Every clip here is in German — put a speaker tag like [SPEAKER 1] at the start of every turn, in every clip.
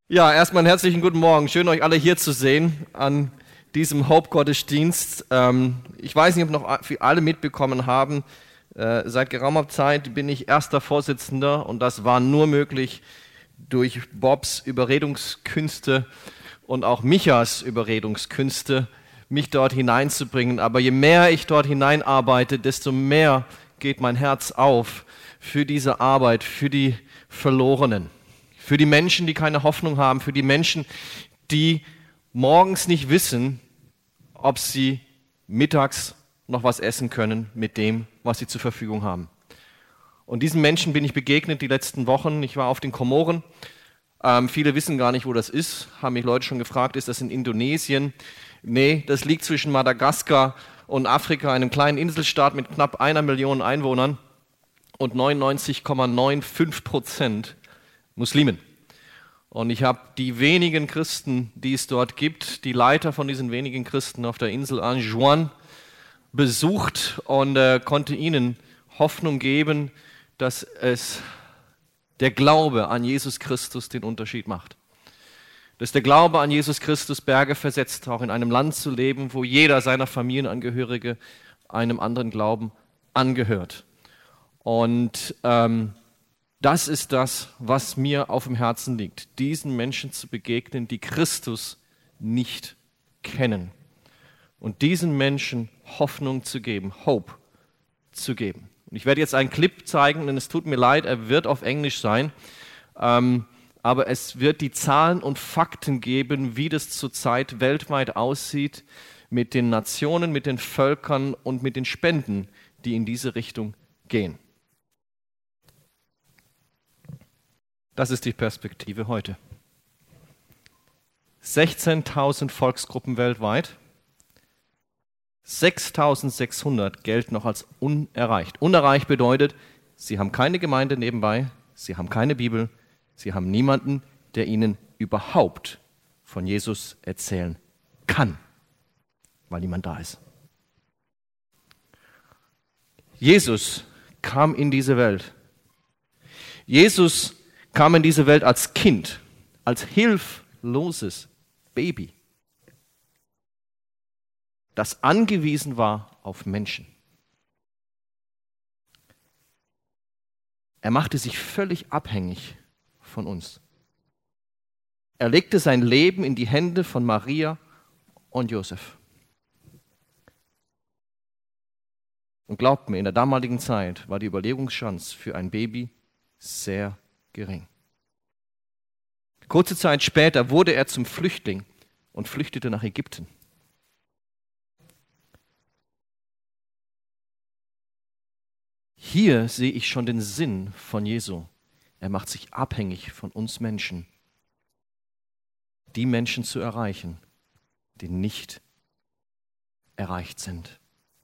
[SPEAKER 1] Ja, erstmal einen herzlichen guten Morgen. Schön, euch alle hier zu sehen an diesem Hauptgottesdienst. Ich weiß nicht, ob noch alle mitbekommen haben, seit geraumer Zeit bin ich erster Vorsitzender und das war nur möglich durch Bobs Überredungskünste und auch Michas Überredungskünste, mich dort hineinzubringen. Aber je mehr ich dort hineinarbeite, desto mehr geht mein Herz auf für diese Arbeit, für die Verlorenen. Für die Menschen, die keine Hoffnung haben, für die Menschen, die morgens nicht wissen, ob sie mittags noch was essen können mit dem, was sie zur Verfügung haben. Und diesen Menschen bin ich begegnet die letzten Wochen. Ich war auf den Komoren. Viele wissen gar nicht, wo das ist. Haben mich Leute schon gefragt, ist das in Indonesien? Nee, das liegt zwischen Madagaskar und Afrika, einem kleinen Inselstaat mit knapp 1 Million Einwohnern und 99,95% Muslimen. Und ich habe die wenigen Christen, die es dort gibt, die Leiter von diesen wenigen Christen auf der Insel Anjouan besucht und konnte ihnen Hoffnung geben, dass es der Glaube an Jesus Christus den Unterschied macht. Dass der Glaube an Jesus Christus Berge versetzt, auch in einem Land zu leben, wo jeder seiner Familienangehörige einem anderen Glauben angehört. Und das ist das, was mir auf dem Herzen liegt, diesen Menschen zu begegnen, die Christus nicht kennen. Und diesen Menschen Hoffnung zu geben, Hope zu geben. Und ich werde jetzt einen Clip zeigen, denn es tut mir leid, er wird auf Englisch sein, aber es wird die Zahlen und Fakten geben, wie das zurzeit weltweit aussieht mit den Nationen, mit den Völkern und mit den Spenden, die in diese Richtung gehen. Das ist die Perspektive heute. 16.000 Volksgruppen weltweit, 6.600 gelten noch als unerreicht. Unerreicht bedeutet, sie haben keine Gemeinde nebenbei, sie haben keine Bibel, sie haben niemanden, der ihnen überhaupt von Jesus erzählen kann, weil niemand da ist. Jesus kam in diese Welt. Jesus kam in diese Welt als Kind, als hilfloses Baby, das angewiesen war auf Menschen. Er machte sich völlig abhängig von uns. Er legte sein Leben in die Hände von Maria und Josef. Und glaubt mir, in der damaligen Zeit war die Überlebenschance für ein Baby sehr gering. Kurze Zeit später wurde er zum Flüchtling und flüchtete nach Ägypten. Hier sehe ich schon den Sinn von Jesu. Er macht sich abhängig von uns Menschen, die Menschen zu erreichen, die nicht erreicht sind.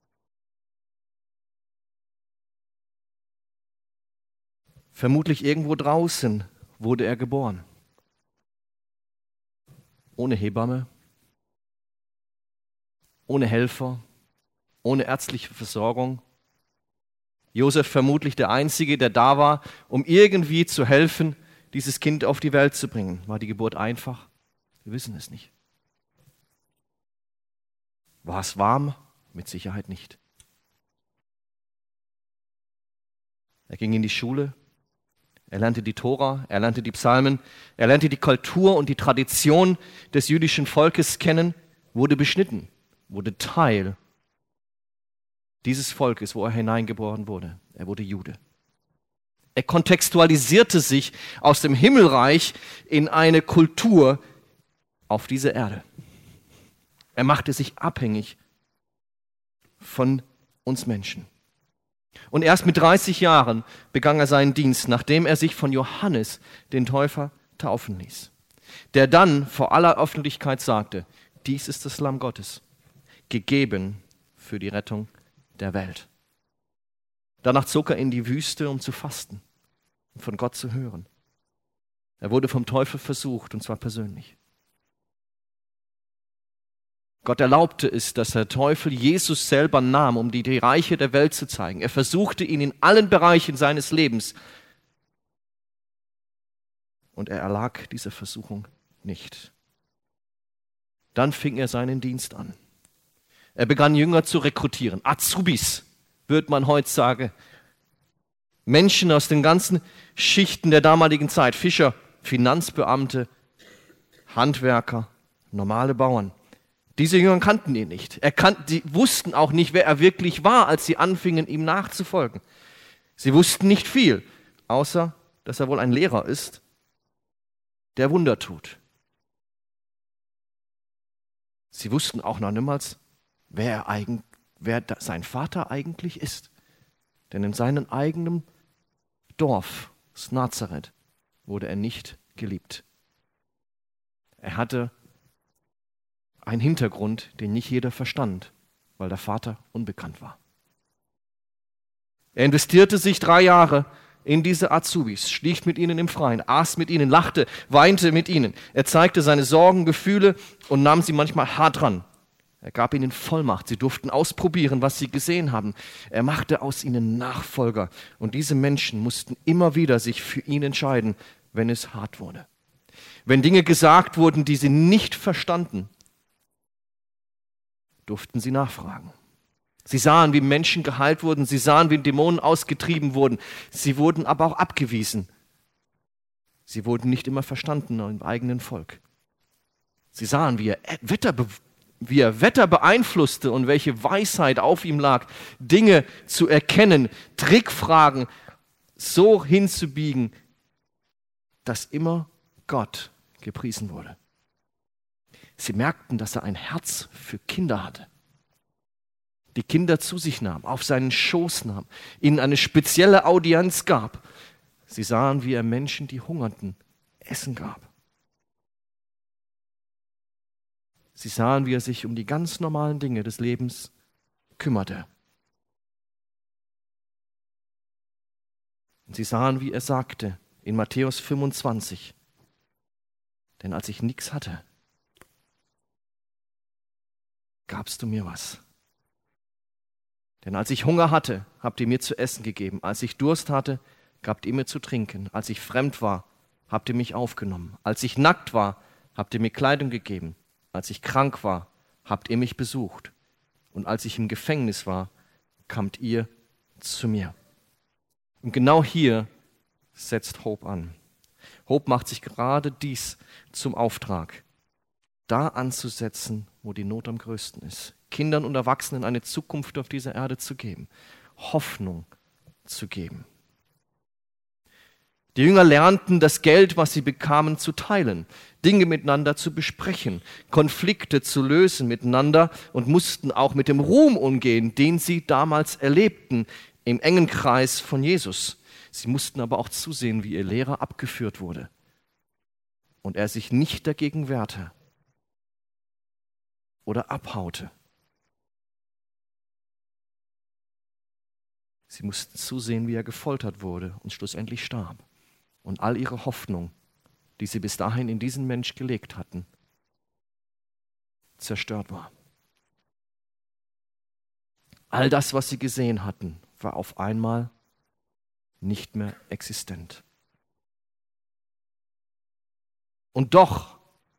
[SPEAKER 1] Vermutlich irgendwo draußen wurde er geboren. Ohne Hebamme, ohne Helfer, ohne ärztliche Versorgung. Josef vermutlich der Einzige, der da war, um irgendwie zu helfen, dieses Kind auf die Welt zu bringen. War die Geburt einfach? Wir wissen es nicht. War es warm? Mit Sicherheit nicht. Er ging in die Schule. Er lernte die Tora, er lernte die Psalmen, er lernte die Kultur und die Tradition des jüdischen Volkes kennen, wurde beschnitten, wurde Teil dieses Volkes, wo er hineingeboren wurde. Er wurde Jude. Er kontextualisierte sich aus dem Himmelreich in eine Kultur auf dieser Erde. Er machte sich abhängig von uns Menschen. Und erst mit 30 Jahren begann er seinen Dienst, nachdem er sich von Johannes, den Täufer, taufen ließ, der dann vor aller Öffentlichkeit sagte, dies ist das Lamm Gottes, gegeben für die Rettung der Welt. Danach zog er in die Wüste, um zu fasten und von Gott zu hören. Er wurde vom Teufel versucht, und zwar persönlich. Gott erlaubte es, dass der Teufel Jesus selber nahm, um die Reiche der Welt zu zeigen. Er versuchte ihn in allen Bereichen seines Lebens und er erlag dieser Versuchung nicht. Dann fing er seinen Dienst an. Er begann Jünger zu rekrutieren. Azubis, würde man heute sagen. Menschen aus den ganzen Schichten der damaligen Zeit. Fischer, Finanzbeamte, Handwerker, normale Bauern. Diese Jünger kannten ihn nicht. Sie wussten auch nicht, wer er wirklich war, als sie anfingen, ihm nachzufolgen. Sie wussten nicht viel, außer dass er wohl ein Lehrer ist, der Wunder tut. Sie wussten auch noch niemals, wer sein Vater eigentlich ist. Denn in seinem eigenen Dorf, das Nazareth, wurde er nicht geliebt. Er hatte einen Hintergrund, den nicht jeder verstand, weil der Vater unbekannt war. Er investierte sich 3 Jahre in diese Azubis, schlief mit ihnen im Freien, aß mit ihnen, lachte, weinte mit ihnen. Er zeigte seine Sorgen, Gefühle und nahm sie manchmal hart ran. Er gab ihnen Vollmacht. Sie durften ausprobieren, was sie gesehen haben. Er machte aus ihnen Nachfolger. Und diese Menschen mussten immer wieder sich für ihn entscheiden, wenn es hart wurde. Wenn Dinge gesagt wurden, die sie nicht verstanden, durften sie nachfragen. Sie sahen, wie Menschen geheilt wurden. Sie sahen, wie Dämonen ausgetrieben wurden. Sie wurden aber auch abgewiesen. Sie wurden nicht immer verstanden im eigenen Volk. Sie sahen, wie er Wetter beeinflusste und welche Weisheit auf ihm lag, Dinge zu erkennen, Trickfragen so hinzubiegen, dass immer Gott gepriesen wurde. Sie merkten, dass er ein Herz für Kinder hatte. Die Kinder zu sich nahm, auf seinen Schoß nahm, ihnen eine spezielle Audienz gab. Sie sahen, wie er Menschen, die hungerten, Essen gab. Sie sahen, wie er sich um die ganz normalen Dinge des Lebens kümmerte. Und sie sahen, wie er sagte in Matthäus 25, denn als ich nichts hatte, gabst du mir was. Denn als ich Hunger hatte, habt ihr mir zu essen gegeben. Als ich Durst hatte, gabt ihr mir zu trinken. Als ich fremd war, habt ihr mich aufgenommen. Als ich nackt war, habt ihr mir Kleidung gegeben. Als ich krank war, habt ihr mich besucht. Und als ich im Gefängnis war, kamt ihr zu mir. Und genau hier setzt Hope an. Hope macht sich gerade dies zum Auftrag, da anzusetzen, wo die Not am größten ist. Kindern und Erwachsenen eine Zukunft auf dieser Erde zu geben, Hoffnung zu geben. Die Jünger lernten, das Geld, was sie bekamen, zu teilen, Dinge miteinander zu besprechen, Konflikte zu lösen miteinander und mussten auch mit dem Ruhm umgehen, den sie damals erlebten im engen Kreis von Jesus. Sie mussten aber auch zusehen, wie ihr Lehrer abgeführt wurde und er sich nicht dagegen wehrte oder abhaute. Sie mussten zusehen, wie er gefoltert wurde und schlussendlich starb. Und all ihre Hoffnung, die sie bis dahin in diesen Mensch gelegt hatten, zerstört war. All das, was sie gesehen hatten, war auf einmal nicht mehr existent. Und doch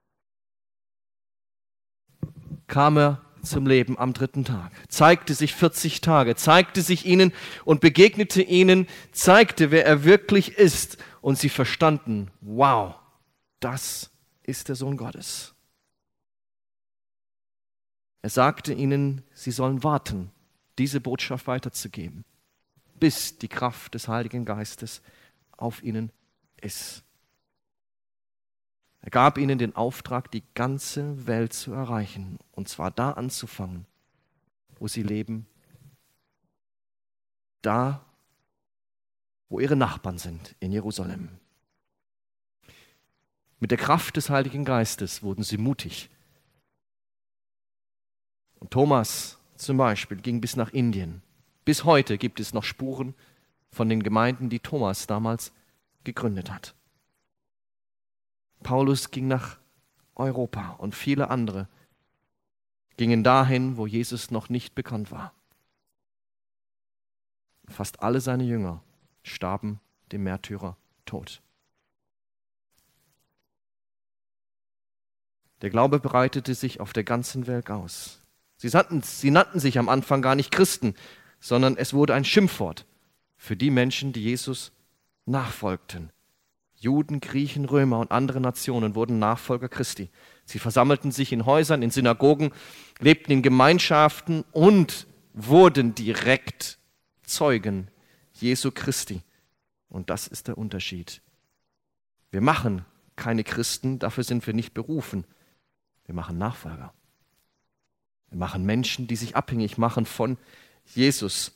[SPEAKER 1] kam er zum Leben am 3. Tag, zeigte sich 40 Tage, zeigte sich ihnen und begegnete ihnen, zeigte, wer er wirklich ist. Und sie verstanden, wow, das ist der Sohn Gottes. Er sagte ihnen, sie sollen warten, diese Botschaft weiterzugeben, bis die Kraft des Heiligen Geistes auf ihnen ist. Er gab ihnen den Auftrag, die ganze Welt zu erreichen, und zwar da anzufangen, wo sie leben, da, wo ihre Nachbarn sind, in Jerusalem. Mit der Kraft des Heiligen Geistes wurden sie mutig. Und Thomas zum Beispiel ging bis nach Indien. Bis heute gibt es noch Spuren von den Gemeinden, die Thomas damals gegründet hat. Paulus ging nach Europa und viele andere gingen dahin, wo Jesus noch nicht bekannt war. Fast alle seine Jünger starben dem Märtyrer tot. Der Glaube breitete sich auf der ganzen Welt aus. Sie nannten sich am Anfang gar nicht Christen, sondern es wurde ein Schimpfwort für die Menschen, die Jesus nachfolgten. Juden, Griechen, Römer und andere Nationen wurden Nachfolger Christi. Sie versammelten sich in Häusern, in Synagogen, lebten in Gemeinschaften und wurden direkt Zeugen Jesu Christi. Und das ist der Unterschied. Wir machen keine Christen, dafür sind wir nicht berufen. Wir machen Nachfolger. Wir machen Menschen, die sich abhängig machen von Jesus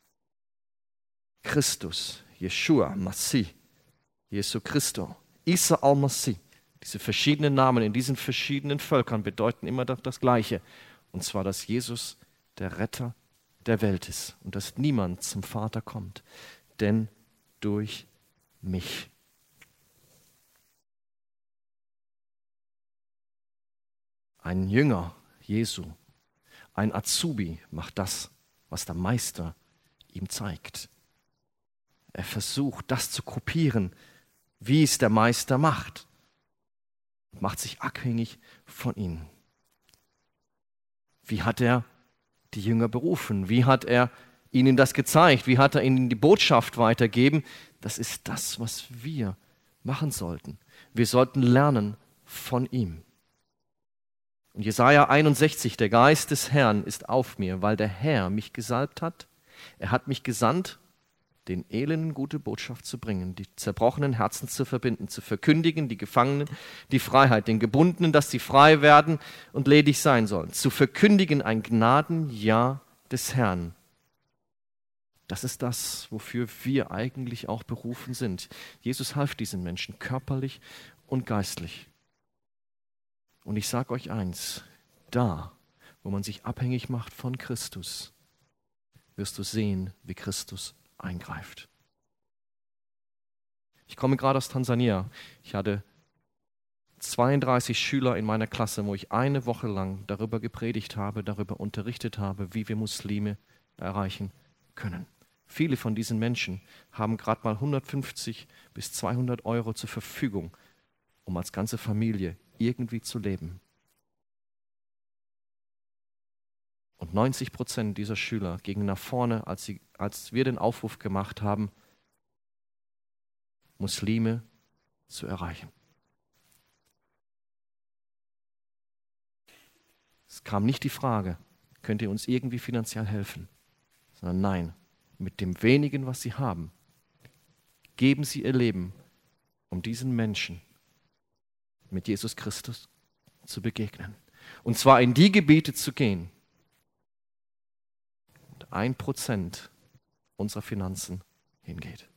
[SPEAKER 1] Christus, Yeshua, Masih, Jesu Christo, Isa al-Masih. Diese verschiedenen Namen in diesen verschiedenen Völkern bedeuten immer das Gleiche. Und zwar, dass Jesus der Retter der Welt ist und dass niemand zum Vater kommt, denn durch mich. Ein Jünger Jesu, ein Azubi macht das, was der Meister ihm zeigt. Er versucht, das zu kopieren, wie es der Meister macht. Macht sich abhängig von ihm. Wie hat er die Jünger berufen? Wie hat er ihnen das gezeigt? Wie hat er ihnen die Botschaft weitergegeben? Das ist das, was wir machen sollten. Wir sollten lernen von ihm. Und Jesaja 61, der Geist des Herrn ist auf mir, weil der Herr mich gesalbt hat. Er hat mich gesandt, den Elenden gute Botschaft zu bringen, die zerbrochenen Herzen zu verbinden, zu verkündigen, die Gefangenen die Freiheit, den Gebundenen, dass sie frei werden und ledig sein sollen, zu verkündigen ein Gnadenjahr des Herrn. Das ist das, wofür wir eigentlich auch berufen sind. Jesus half diesen Menschen körperlich und geistlich. Und ich sage euch eins, da, wo man sich abhängig macht von Christus, wirst du sehen, wie Christus eingreift. Ich komme gerade aus Tansania. Ich hatte 32 Schüler in meiner Klasse, wo ich eine Woche lang darüber gepredigt habe, darüber unterrichtet habe, wie wir Muslime erreichen können. Viele von diesen Menschen haben gerade mal 150 bis 200 Euro zur Verfügung, um als ganze Familie irgendwie zu leben. Und 90% dieser Schüler gingen nach vorne, als wir den Aufruf gemacht haben, Muslime zu erreichen. Es kam nicht die Frage, könnt ihr uns irgendwie finanziell helfen? Sondern nein, mit dem wenigen, was sie haben, geben sie ihr Leben, um diesen Menschen mit Jesus Christus zu begegnen. Und zwar in die Gebiete zu gehen, 1% unserer Finanzen hingeht.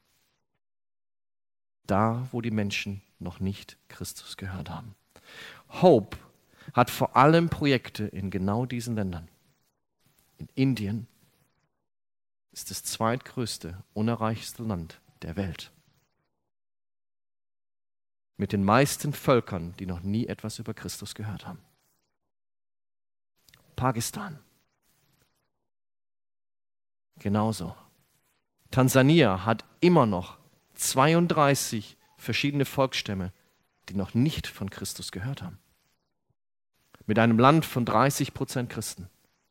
[SPEAKER 1] Da, wo die Menschen noch nicht Christus gehört haben. Hope hat vor allem Projekte in genau diesen Ländern. In Indien ist das zweitgrößte, unerreichste Land der Welt. Mit den meisten Völkern, die noch nie etwas über Christus gehört haben. Pakistan. Genauso. Tansania hat immer noch 32 verschiedene Volksstämme, die noch nicht von Christus gehört haben. Mit einem Land von 30% Christen.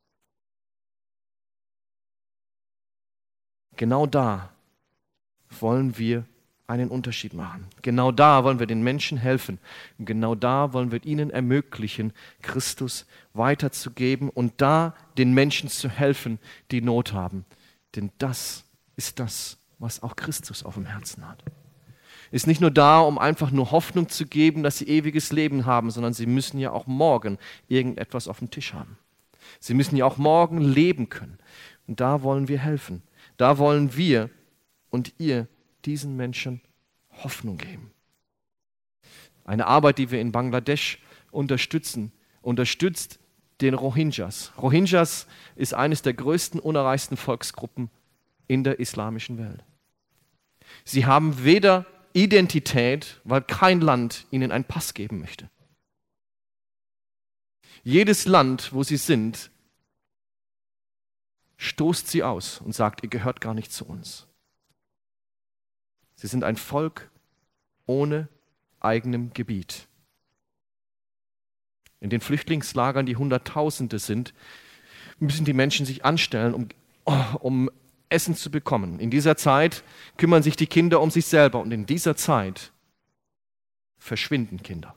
[SPEAKER 1] Genau da wollen wir einen Unterschied machen. Genau da wollen wir den Menschen helfen. Und genau da wollen wir ihnen ermöglichen, Christus weiterzugeben und da den Menschen zu helfen, die Not haben. Denn das ist das, was auch Christus auf dem Herzen hat. Ist nicht nur da, um einfach nur Hoffnung zu geben, dass sie ewiges Leben haben, sondern sie müssen ja auch morgen irgendetwas auf dem Tisch haben. Sie müssen ja auch morgen leben können. Und da wollen wir helfen. Da wollen wir und ihr diesen Menschen Hoffnung geben. Eine Arbeit, die wir in Bangladesch unterstützen, unterstützt den Rohingyas. Rohingyas ist eines der größten unerreichten Volksgruppen in der islamischen Welt. Sie haben weder Identität, weil kein Land ihnen einen Pass geben möchte. Jedes Land, wo sie sind, stoßt sie aus und sagt, ihr gehört gar nicht zu uns. Sie sind ein Volk ohne eigenem Gebiet. In den Flüchtlingslagern, die Hunderttausende sind, müssen die Menschen sich anstellen, um Essen zu bekommen. In dieser Zeit kümmern sich die Kinder um sich selber und in dieser Zeit verschwinden Kinder.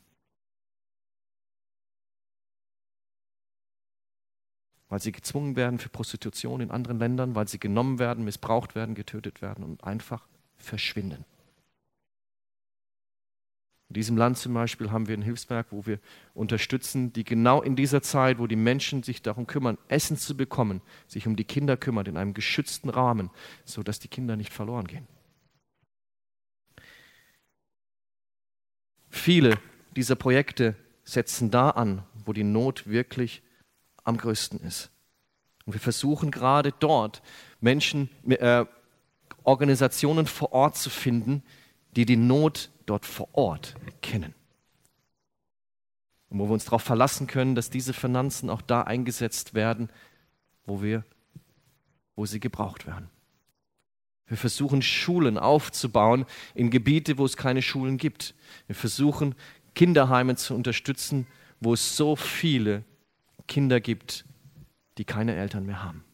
[SPEAKER 1] Weil sie gezwungen werden für Prostitution in anderen Ländern, weil sie genommen werden, missbraucht werden, getötet werden und einfach verschwinden. In diesem Land zum Beispiel haben wir ein Hilfswerk, wo wir unterstützen, die genau in dieser Zeit, wo die Menschen sich darum kümmern, Essen zu bekommen, sich um die Kinder kümmern, in einem geschützten Rahmen, sodass die Kinder nicht verloren gehen. Viele dieser Projekte setzen da an, wo die Not wirklich am größten ist. Und wir versuchen gerade dort Menschen, Organisationen vor Ort zu finden, die die Not dort vor Ort kennen. Und wo wir uns darauf verlassen können, dass diese Finanzen auch da eingesetzt werden, wo sie gebraucht werden. Wir versuchen Schulen aufzubauen in Gebiete, wo es keine Schulen gibt. Wir versuchen Kinderheime zu unterstützen, wo es so viele Kinder gibt, die keine Eltern mehr haben.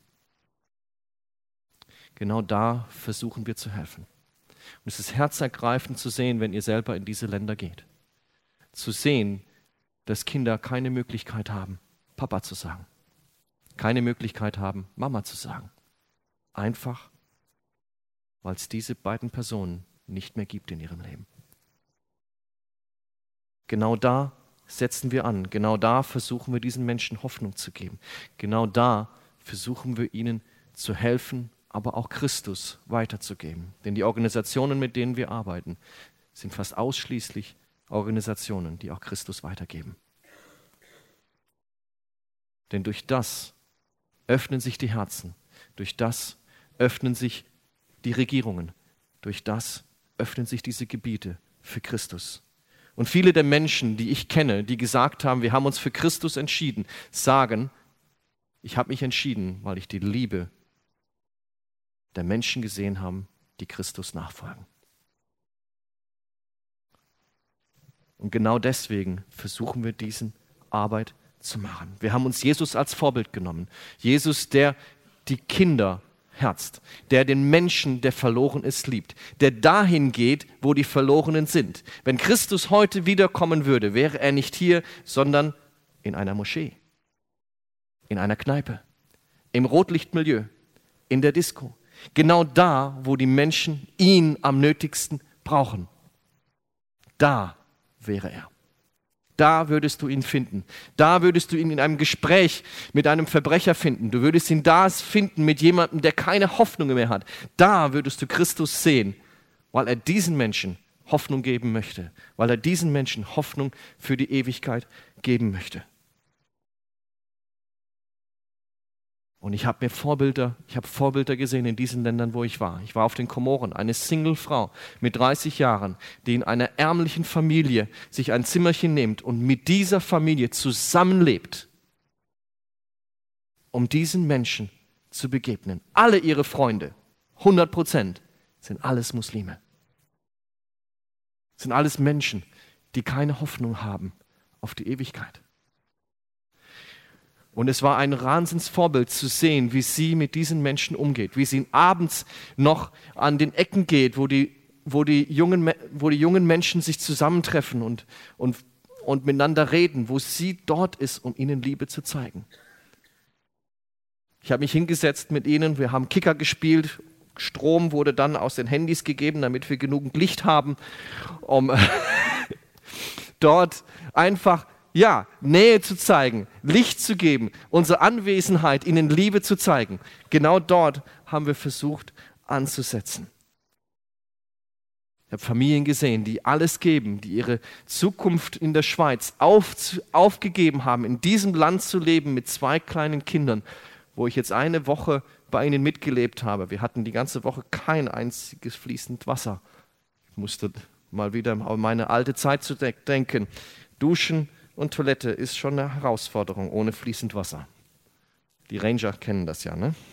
[SPEAKER 1] Genau da versuchen wir zu helfen. Und es ist herzergreifend zu sehen, wenn ihr selber in diese Länder geht. Zu sehen, dass Kinder keine Möglichkeit haben, Papa zu sagen. Keine Möglichkeit haben, Mama zu sagen. Einfach, weil es diese beiden Personen nicht mehr gibt in ihrem Leben. Genau da setzen wir an. Genau da versuchen wir diesen Menschen Hoffnung zu geben. Genau da versuchen wir ihnen zu helfen, aber auch Christus weiterzugeben. Denn die Organisationen, mit denen wir arbeiten, sind fast ausschließlich Organisationen, die auch Christus weitergeben. Denn durch das öffnen sich die Herzen, durch das öffnen sich die Regierungen, durch das öffnen sich diese Gebiete für Christus. Und viele der Menschen, die ich kenne, die gesagt haben, wir haben uns für Christus entschieden, sagen, ich habe mich entschieden, weil ich die Liebe der Menschen gesehen habe, die Christus nachfolgen. Und genau deswegen versuchen wir, diese Arbeit zu machen. Wir haben uns Jesus als Vorbild genommen. Jesus, der die Kinder herzt, der den Menschen, der verloren ist, liebt, der dahin geht, wo die Verlorenen sind. Wenn Christus heute wiederkommen würde, wäre er nicht hier, sondern in einer Moschee, in einer Kneipe, im Rotlichtmilieu, in der Disco. Genau da, wo die Menschen ihn am nötigsten brauchen. Da wäre er. Da würdest du ihn finden. Da würdest du ihn in einem Gespräch mit einem Verbrecher finden. Du würdest ihn da finden mit jemandem, der keine Hoffnung mehr hat. Da würdest du Christus sehen, weil er diesen Menschen Hoffnung geben möchte. Weil er diesen Menschen Hoffnung für die Ewigkeit geben möchte. Und ich habe Vorbilder gesehen in diesen Ländern, wo ich war. Ich war auf den Komoren, eine Single-Frau mit 30 Jahren, die in einer ärmlichen Familie sich ein Zimmerchen nimmt und mit dieser Familie zusammenlebt, um diesen Menschen zu begegnen. Alle ihre Freunde, 100%, sind alles Muslime. Sind alles Menschen, die keine Hoffnung haben auf die Ewigkeit. Und es war ein Wahnsinnsvorbild zu sehen, wie sie mit diesen Menschen umgeht, wie sie abends noch an den Ecken geht, wo die jungen Menschen sich zusammentreffen und miteinander reden, wo sie dort ist, um ihnen Liebe zu zeigen. Ich habe mich hingesetzt mit ihnen, wir haben Kicker gespielt, Strom wurde dann aus den Handys gegeben, damit wir genügend Licht haben, um dort einfach Nähe zu zeigen, Licht zu geben, unsere Anwesenheit, ihnen Liebe zu zeigen. Genau dort haben wir versucht anzusetzen. Ich habe Familien gesehen, die alles geben, die ihre Zukunft in der Schweiz aufgegeben haben, in diesem Land zu leben mit 2 kleinen Kindern, wo ich jetzt eine Woche bei ihnen mitgelebt habe. Wir hatten die ganze Woche kein einziges fließend Wasser. Ich musste mal wieder an meine alte Zeit zu denken. Duschen und Toilette ist schon eine Herausforderung ohne fließend Wasser. Die Ranger kennen das ja, ne?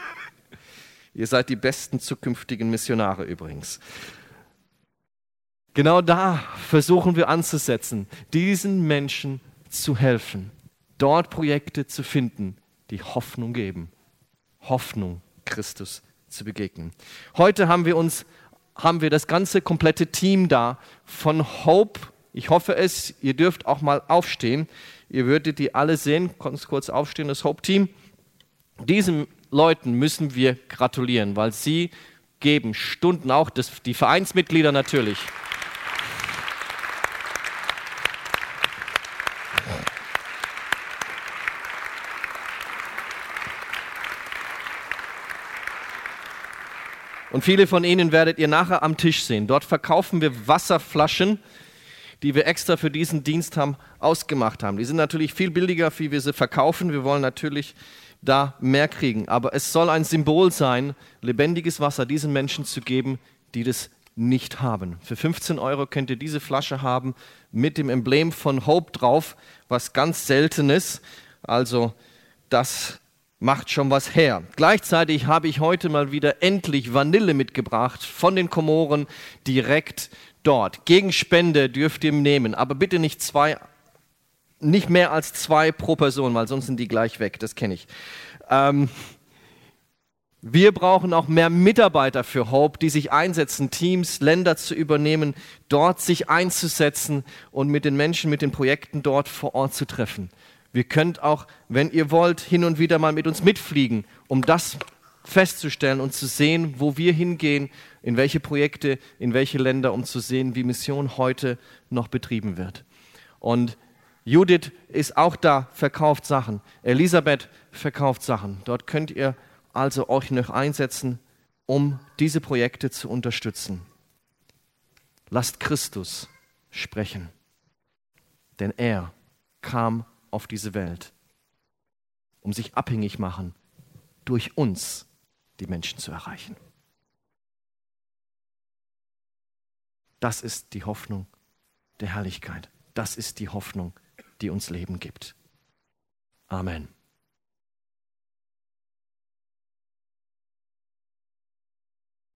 [SPEAKER 1] Ihr seid die besten zukünftigen Missionare übrigens. Genau da versuchen wir anzusetzen, diesen Menschen zu helfen, dort Projekte zu finden, die Hoffnung geben, Hoffnung, Christus zu begegnen. Heute haben wir das ganze komplette Team da von Hope. Ich hoffe es, ihr dürft auch mal aufstehen. Ihr würdet die alle sehen, ganz kurz aufstehen, das Hope-Team. Diesen Leuten müssen wir gratulieren, weil sie geben Stunden, auch die Vereinsmitglieder natürlich. Und viele von Ihnen werdet ihr nachher am Tisch sehen. Dort verkaufen wir Wasserflaschen, die wir extra für diesen Dienst ausgemacht haben. Die sind natürlich viel billiger, wie wir sie verkaufen. Wir wollen natürlich da mehr kriegen. Aber es soll ein Symbol sein, lebendiges Wasser diesen Menschen zu geben, die das nicht haben. Für 15 € könnt ihr diese Flasche haben mit dem Emblem von Hope drauf, was ganz selten ist. Also das macht schon was her. Gleichzeitig habe ich heute mal wieder endlich Vanille mitgebracht von den Komoren direkt dort. Gegen Spende dürft ihr nehmen, aber bitte nicht mehr als 2 pro Person, weil sonst sind die gleich weg, das kenne ich. Wir brauchen auch mehr Mitarbeiter für Hope, die sich einsetzen, Teams, Länder zu übernehmen, dort sich einzusetzen und mit den Menschen, mit den Projekten dort vor Ort zu treffen. Wir könnt auch, wenn ihr wollt, hin und wieder mal mit uns mitfliegen, um das festzustellen und zu sehen, wo wir hingehen, in welche Projekte, in welche Länder, um zu sehen, wie Mission heute noch betrieben wird. Und Judith ist auch da, verkauft Sachen. Elisabeth verkauft Sachen. Dort könnt ihr also euch noch einsetzen, um diese Projekte zu unterstützen. Lasst Christus sprechen, denn er kam auf diese Welt, um sich abhängig machen, durch uns die Menschen zu erreichen. Das ist die Hoffnung der Herrlichkeit. Das ist die Hoffnung, die uns Leben gibt. Amen.